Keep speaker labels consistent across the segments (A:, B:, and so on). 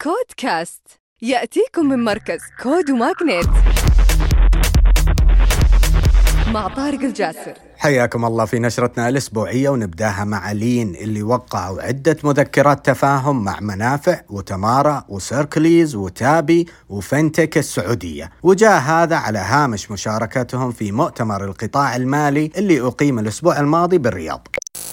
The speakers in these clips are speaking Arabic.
A: كودكاست يأتيكم من مركز كود وماغنيت مع طارق الجاسر.
B: حياكم الله في نشرتنا الأسبوعية، ونبداها مع لين اللي وقعوا عدة مذكرات تفاهم مع منافع وتمارا وسيركليز وتابي وفنتك السعودية، وجاء هذا على هامش مشاركتهم في مؤتمر القطاع المالي اللي أقيم الأسبوع الماضي بالرياض.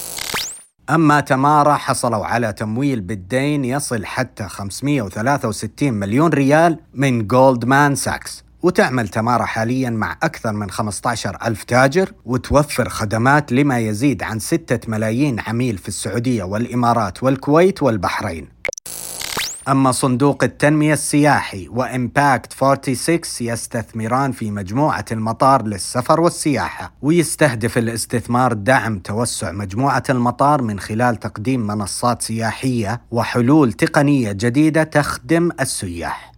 B: أما تمارا حصلوا على تمويل بالدين يصل حتى 563 مليون ريال من جولدمان ساكس، وتعمل تمارا حاليا مع أكثر من 15 ألف تاجر، وتوفر خدمات لما يزيد عن 6 ملايين عميل في السعودية والإمارات والكويت والبحرين. أما صندوق التنمية السياحي وإمباكت 46 يستثمران في مجموعة المطار للسفر والسياحة، ويستهدف الاستثمار دعم توسع مجموعة المطار من خلال تقديم منصات سياحية وحلول تقنية جديدة تخدم السياح.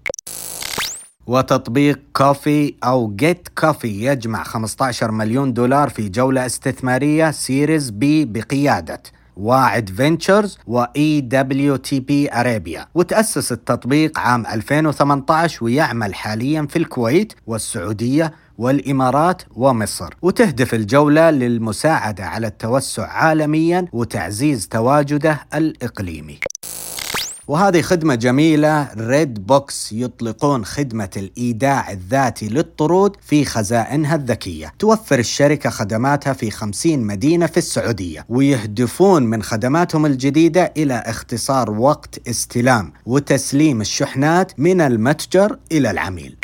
B: وتطبيق كوفي أو جيت كوفي يجمع 15 مليون دولار في جولة استثمارية سيريز بي بقيادة واعد فينتشرز وEWTP أرابيا، وتأسس التطبيق عام 2018 ويعمل حاليا في الكويت والسعودية والإمارات ومصر، وتهدف الجولة للمساعدة على التوسع عالميا وتعزيز تواجده الإقليمي. وهذه خدمة جميلة. ريد بوكس يطلقون خدمة الإيداع الذاتي للطرود في خزائنها الذكية. توفر الشركة خدماتها في 50 مدينة في السعودية، ويهدفون من خدماتهم الجديدة إلى اختصار وقت استلام وتسليم الشحنات من المتجر إلى العميل.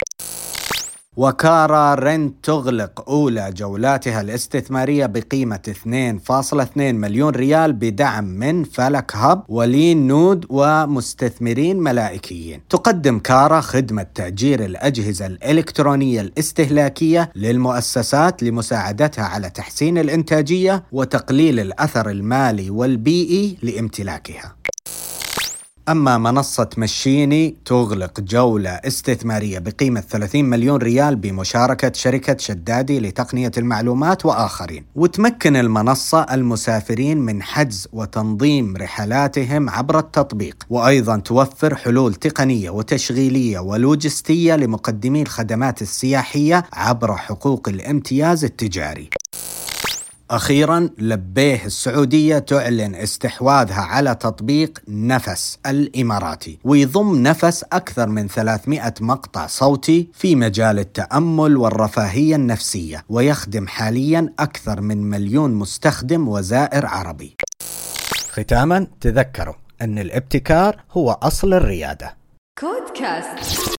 B: وكارا رنت تغلق أولى جولاتها الاستثمارية بقيمة 2.2 مليون ريال بدعم من فلك هاب ولين نود ومستثمرين ملائكيين. تقدم كارا خدمة تأجير الأجهزة الإلكترونية الاستهلاكية للمؤسسات لمساعدتها على تحسين الإنتاجية وتقليل الأثر المالي والبيئي لامتلاكها. أما منصة مشيني تغلق جولة استثمارية بقيمة 30 مليون ريال بمشاركة شركة شدادي لتقنية المعلومات وآخرين، وتمكن المنصة المسافرين من حجز وتنظيم رحلاتهم عبر التطبيق، وأيضا توفر حلول تقنية وتشغيلية ولوجستية لمقدمي الخدمات السياحية عبر حقوق الامتياز التجاري. أخيراً، لبيه السعودية تعلن استحواذها على تطبيق نفس الإماراتي، ويضم نفس أكثر من 300 مقطع صوتي في مجال التأمل والرفاهية النفسية، ويخدم حالياً أكثر من 1,000,000 مستخدم وزائر عربي. ختاماً، تذكروا أن الابتكار هو أصل الريادة.
A: كودكاست.